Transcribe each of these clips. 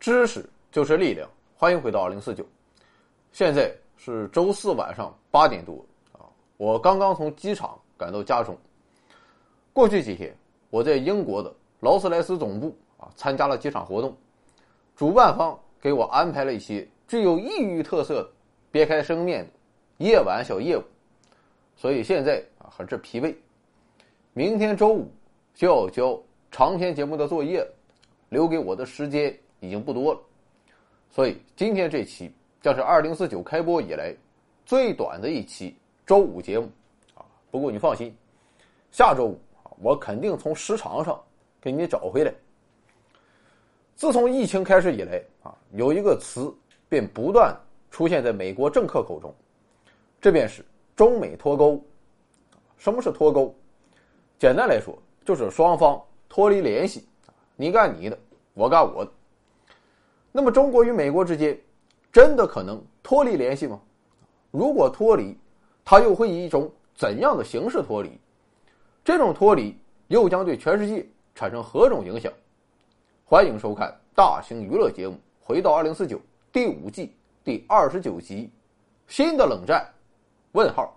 知识就是力量，欢迎回到2049。现在是周四晚上8点多我刚刚从机场赶到家中。过去几天，我在英国的劳斯莱斯总部参加了几场活动，主办方给我安排了一些具有异域特色的别开生面的夜晚小业务，所以现在很是疲惫。明天周五就要交长篇节目的作业，留给我的时间已经不多了，所以今天这期将是2049开播以来最短的一期周五节目不过你放心，下周五我肯定从时长上给你找回来。自从疫情开始以来有一个词便不断出现在美国政客口中，这便是中美脱钩。什么是脱钩？简单来说，就是双方脱离联系，你干你的，我干我的。那么中国与美国之间真的可能脱离联系吗？如果脱离，它又会以一种怎样的形式脱离？这种脱离又将对全世界产生何种影响？欢迎收看大型娱乐节目《回到2049》第5季第29集，新的冷战？问号。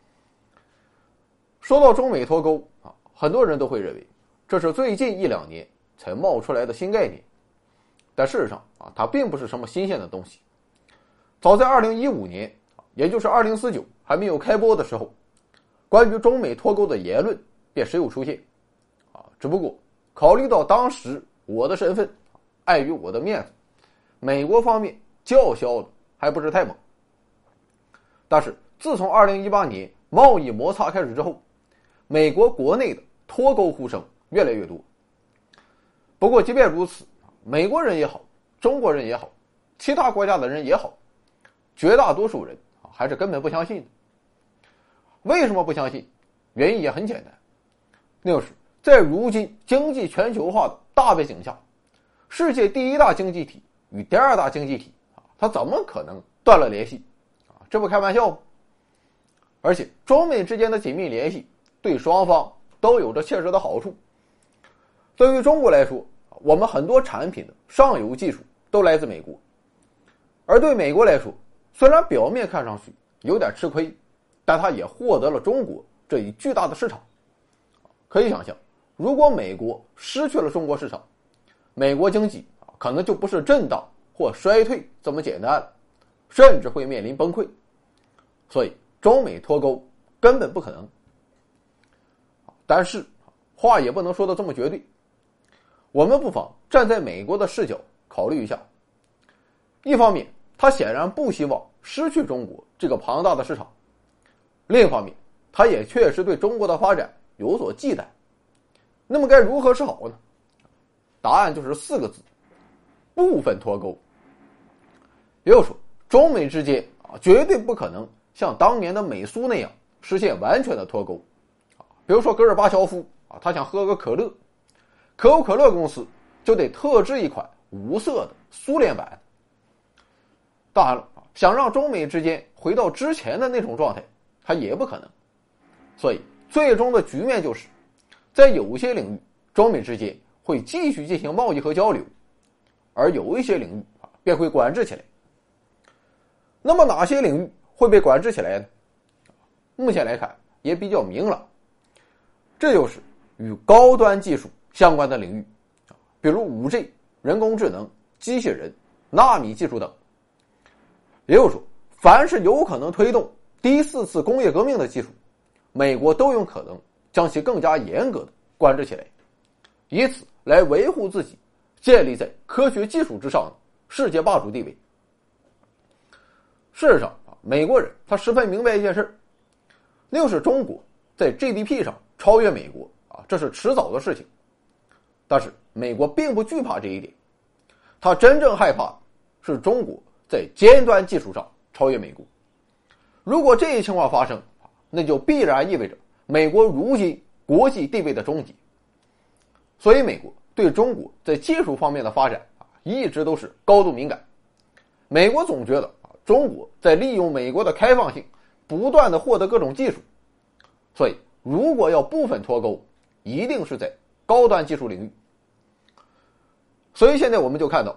说到中美脱钩很多人都会认为这是最近1-2年才冒出来的新概念，但事实上它并不是什么新鲜的东西。早在2015年，也就是2049还没有开播的时候，关于中美脱钩的言论便时有出现只不过考虑到当时我的身份，碍于我的面子，美国方面叫嚣的还不是太猛。但是自从2018年贸易摩擦开始之后，美国国内的脱钩呼声越来越多。不过即便如此，美国人也好，中国人也好，其他国家的人也好，绝大多数人还是根本不相信的。为什么不相信？原因也很简单，那就是在如今经济全球化的大背景下，世界第一大经济体与第二大经济体它怎么可能断了联系这不开玩笑吗？而且中美之间的紧密联系对双方都有着切实的好处。对于中国来说，我们很多产品的上游技术都来自美国，而对美国来说，虽然表面看上去有点吃亏，但它也获得了中国这一巨大的市场。可以想象，如果美国失去了中国市场，美国经济可能就不是震荡或衰退这么简单了，甚至会面临崩溃。所以中美脱钩根本不可能。但是话也不能说得这么绝对，我们不妨站在美国的视角考虑一下。一方面，他显然不希望失去中国这个庞大的市场，另一方面，他也确实对中国的发展有所忌惮。那么该如何是好呢？答案就是4个字：部分脱钩。也就是说，中美之间绝对不可能像当年的美苏那样实现完全的脱钩。比如说戈尔巴乔夫他想喝个可乐，可口可乐公司就得特制一款无色的苏联版。当然了，想让中美之间回到之前的那种状态，它也不可能。所以最终的局面就是，在有些领域，中美之间会继续进行贸易和交流，而有一些领域便会管制起来。那么哪些领域会被管制起来呢？目前来看也比较明朗，这就是与高端技术相关的领域，比如 5G、 人工智能、机器人、纳米技术等。也就是说，凡是有可能推动第4次工业革命的技术，美国都有可能将其更加严格的管制起来，以此来维护自己建立在科学技术之上的世界霸主地位。事实上美国人他十分明白一件事，那就是中国在 GDP 上超越美国这是迟早的事情。但是美国并不惧怕这一点，他真正害怕的是中国在尖端技术上超越美国。如果这一情况发生，那就必然意味着美国如今国际地位的终结。所以美国对中国在技术方面的发展一直都是高度敏感。美国总觉得中国在利用美国的开放性不断的获得各种技术，所以如果要部分脱钩，一定是在高端技术领域。所以现在我们就看到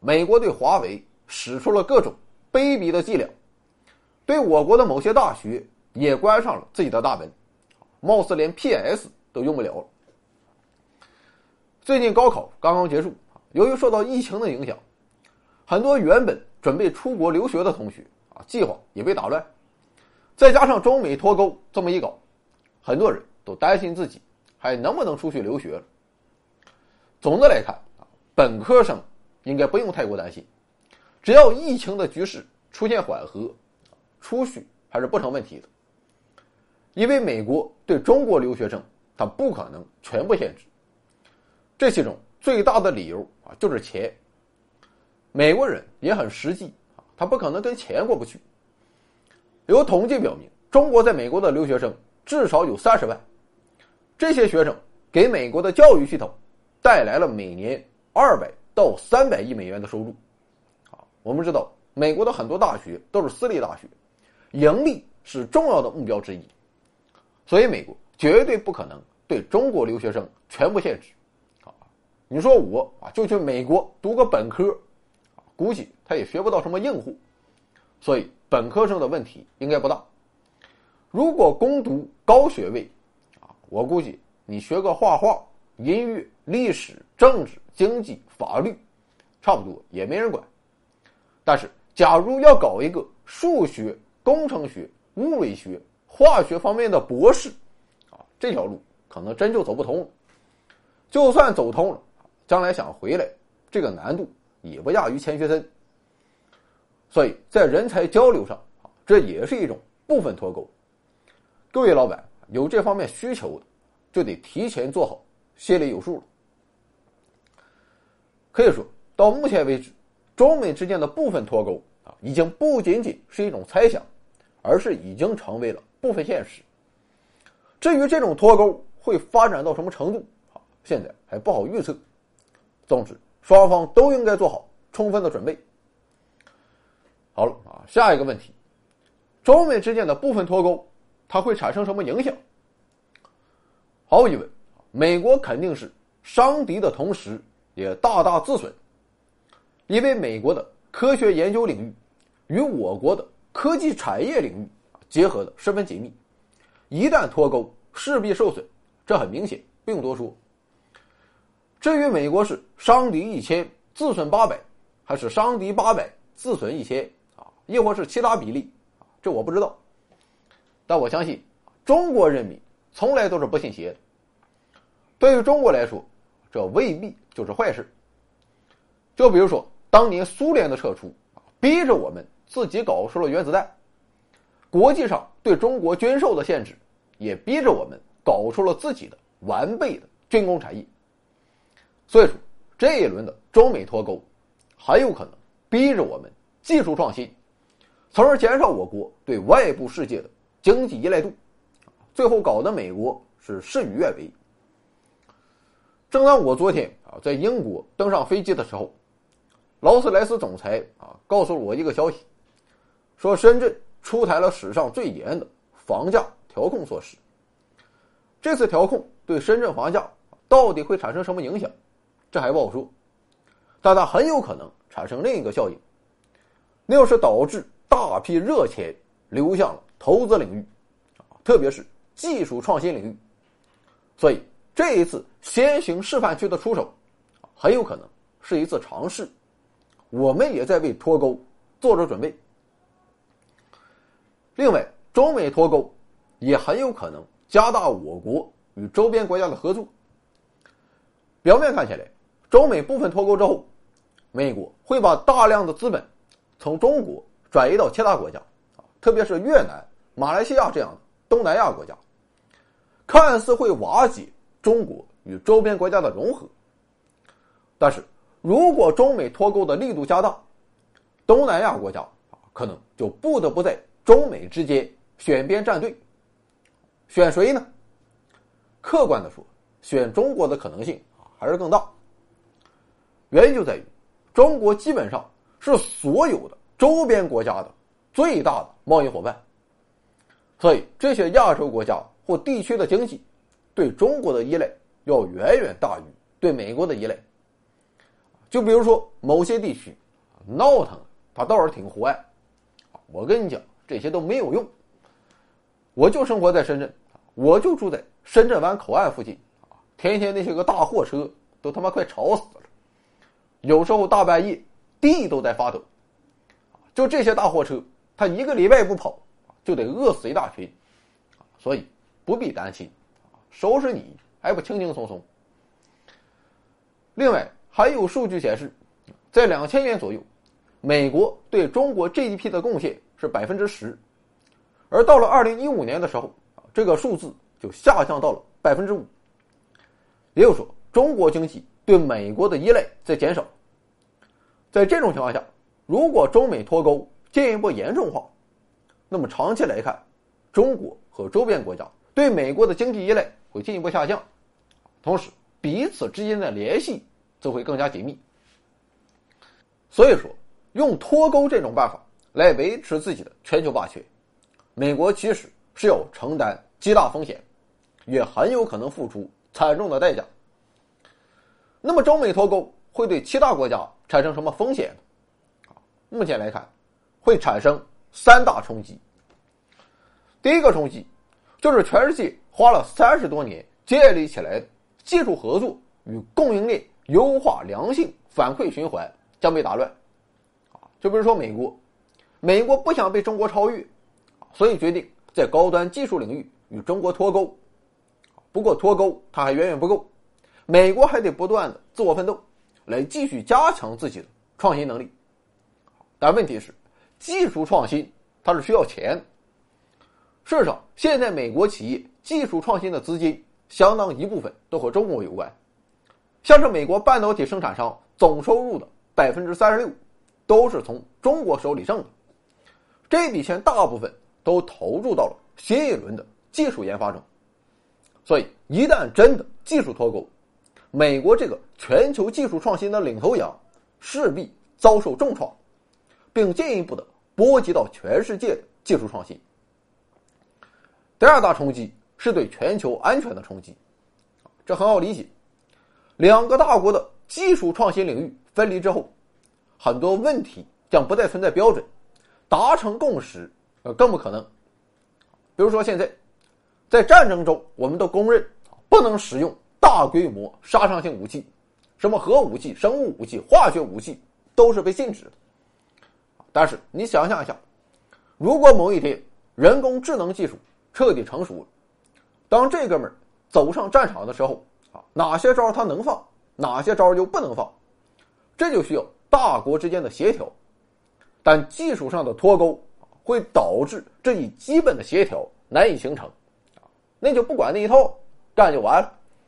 美国对华为使出了各种卑鄙的伎俩，对我国的某些大学也关上了自己的大门，貌似连 PS 都用不了了。最近高考刚刚结束，由于受到疫情的影响，很多原本准备出国留学的同学计划也被打乱，再加上中美脱钩这么一搞，很多人都担心自己还能不能出去留学了。总的来看，本科生应该不用太过担心，只要疫情的局势出现缓和，出去还是不成问题的。因为美国对中国留学生他不可能全部限制，这其中最大的理由就是钱。美国人也很实际，他不可能跟钱过不去。有统计表明，中国在美国的留学生至少有30万，这些学生给美国的教育系统带来了每年200到300亿美元的收入。我们知道美国的很多大学都是私立大学，盈利是重要的目标之一，所以美国绝对不可能对中国留学生全部限制。你说我就去美国读个本科，估计他也学不到什么硬货，所以本科生的问题应该不大。如果攻读高学位，我估计你学个画画、音乐、历史、政治、经济、法律，差不多也没人管。但是假如要搞一个数学、工程学、物理学、化学方面的博士，这条路可能真就走不通了。就算走通了，将来想回来，这个难度也不亚于钱学森。所以在人才交流上，这也是一种部分脱钩。各位老板有这方面需求的，就得提前做好，心里有数了。可以说到目前为止，中美之间的部分脱钩已经不仅仅是一种猜想，而是已经成为了部分现实。至于这种脱钩会发展到什么程度，现在还不好预测。总之，双方都应该做好充分的准备。好了下一个问题，中美之间的部分脱钩，它会产生什么影响？毫无疑问，美国肯定是伤敌的同时也大大自损，因为美国的科学研究领域与我国的科技产业领域结合的十分紧密，一旦脱钩势必受损，这很明显，不用多说。至于美国是伤敌1000自损800，还是伤敌800自损1000亦或是其他比例，这我不知道。但我相信中国人民从来都是不信邪的。对于中国来说，这未必就是坏事。就比如说当年苏联的撤出，逼着我们自己搞出了原子弹，国际上对中国军售的限制也逼着我们搞出了自己的完备的军工产业。所以说这一轮的中美脱钩很有可能逼着我们技术创新，从而减少我国对外部世界的经济依赖度，最后搞得美国是事与愿违。正当我昨天在英国登上飞机的时候，劳斯莱斯总裁告诉了我一个消息，说深圳出台了史上最严的房价调控措施。这次调控对深圳房价到底会产生什么影响，这还不好说，但它很有可能产生另一个效应，那就是导致大批热钱流向了投资领域，特别是技术创新领域。所以这一次先行示范区的出手很有可能是一次尝试，我们也在为脱钩做着准备。另外，中美脱钩也很有可能加大我国与周边国家的合作。表面看起来，中美部分脱钩之后，美国会把大量的资本从中国转移到其他国家，特别是越南、马来西亚这样的东南亚国家，看似会瓦解中国与周边国家的融合。但是如果中美脱钩的力度加大，东南亚国家可能就不得不在中美之间选边站队。选谁呢？客观的说，选中国的可能性还是更大。原因就在于中国基本上是所有的周边国家的最大的贸易伙伴，所以这些亚洲国家或地区的经济对中国的依赖要远远大于对美国的依赖。就比如说某些地区闹腾他倒是挺胡爱。我跟你讲，这些都没有用。我就生活在深圳，我就住在深圳湾口岸附近，天天那些个大货车都他妈快吵死了，有时候大半夜地都在发抖。就这些大货车，他一个礼拜不跑，就得饿死一大群，所以不必担心，收拾你还不轻轻松松。另外还有数据显示，在2000年左右，美国对中国 GDP 的贡献是10%，而到了2015年的时候，这个数字就下降到了5%。也就是说，中国经济对美国的依赖在减少。在这种情况下，如果中美脱钩进一步严重化，那么长期来看，中国和周边国家对美国的经济依赖会进一步下降，同时彼此之间的联系则会更加紧密。所以说，用脱钩这种办法来维持自己的全球霸权，美国其实是要承担极大风险，也很有可能付出惨重的代价。那么中美脱钩会对其他国家产生什么风险呢？目前来看，会产生3大冲击。第一个冲击就是全世界花了30多年建立起来的技术合作与供应链优化良性反馈循环将被打乱。就比如说美国不想被中国超越，所以决定在高端技术领域与中国脱钩。不过脱钩它还远远不够，美国还得不断的自我奋斗，来继续加强自己的创新能力。但问题是，技术创新它是需要钱的。事实上，现在美国企业技术创新的资金相当一部分都和中国有关，像是美国半导体生产商总收入的36%都是从中国手里挣的，这笔钱大部分都投入到了新一轮的技术研发中。所以一旦真的技术脱钩，美国这个全球技术创新的领头羊势必遭受重创，并进一步的波及到全世界的技术创新。第二大冲击是对全球安全的冲击，这很好理解。2个大国的技术创新领域分离之后，很多问题将不再存在标准，达成共识更不可能。比如说现在在战争中，我们都公认不能使用大规模杀伤性武器，什么核武器、生物武器、化学武器都是被禁止的。但是你想象一下，如果某一天人工智能技术彻底成熟了，当这哥们儿走上战场的时候，哪些招他能放，哪些招又不能放，这就需要大国之间的协调。但技术上的脱钩会导致这一基本的协调难以形成，那就不管那一套，干就完了。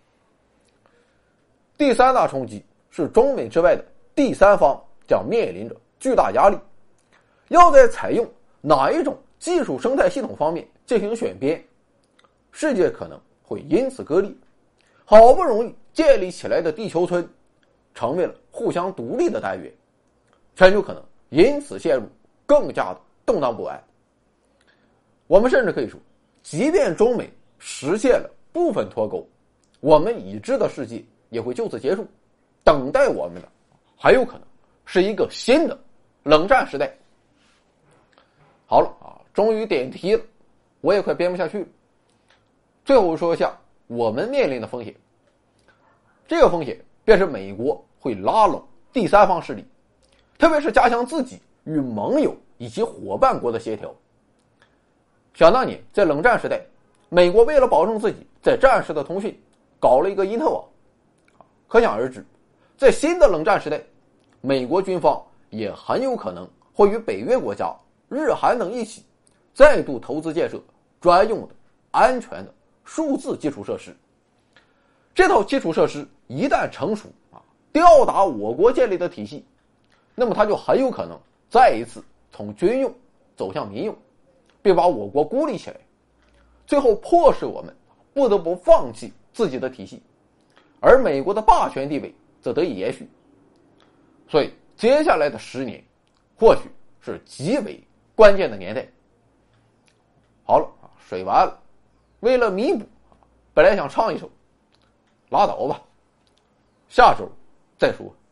第3大冲击是中美之外的第三方将面临着巨大压力，要在采用哪一种技术生态系统方面进行选边，世界可能会因此割裂，好不容易建立起来的地球村成为了互相独立的单元，全球可能因此陷入更加的动荡不安。我们甚至可以说，即便中美实现了部分脱钩，我们已知的世界也会就此结束，等待我们的还有可能是一个新的冷战时代。好了终于点题了，我也快编不下去了。最后说一下我们面临的风险，这个风险便是美国会拉拢第三方势力，特别是加强自己与盟友以及伙伴国的协调。想当年在冷战时代，美国为了保证自己在战时的通讯，搞了一个因特网。可想而知，在新的冷战时代，美国军方也很有可能会与北约国家、日韩等一起再度投资建设专用的安全的数字基础设施。这套基础设施一旦成熟吊打我国建立的体系，那么它就很有可能再一次从军用走向民用，并把我国孤立起来，最后迫使我们不得不放弃自己的体系，而美国的霸权地位则得以延续。所以接下来的10年或许是极为关键的年代。好了水完了，为了弥补，本来想唱一首，拉倒吧，下周再说。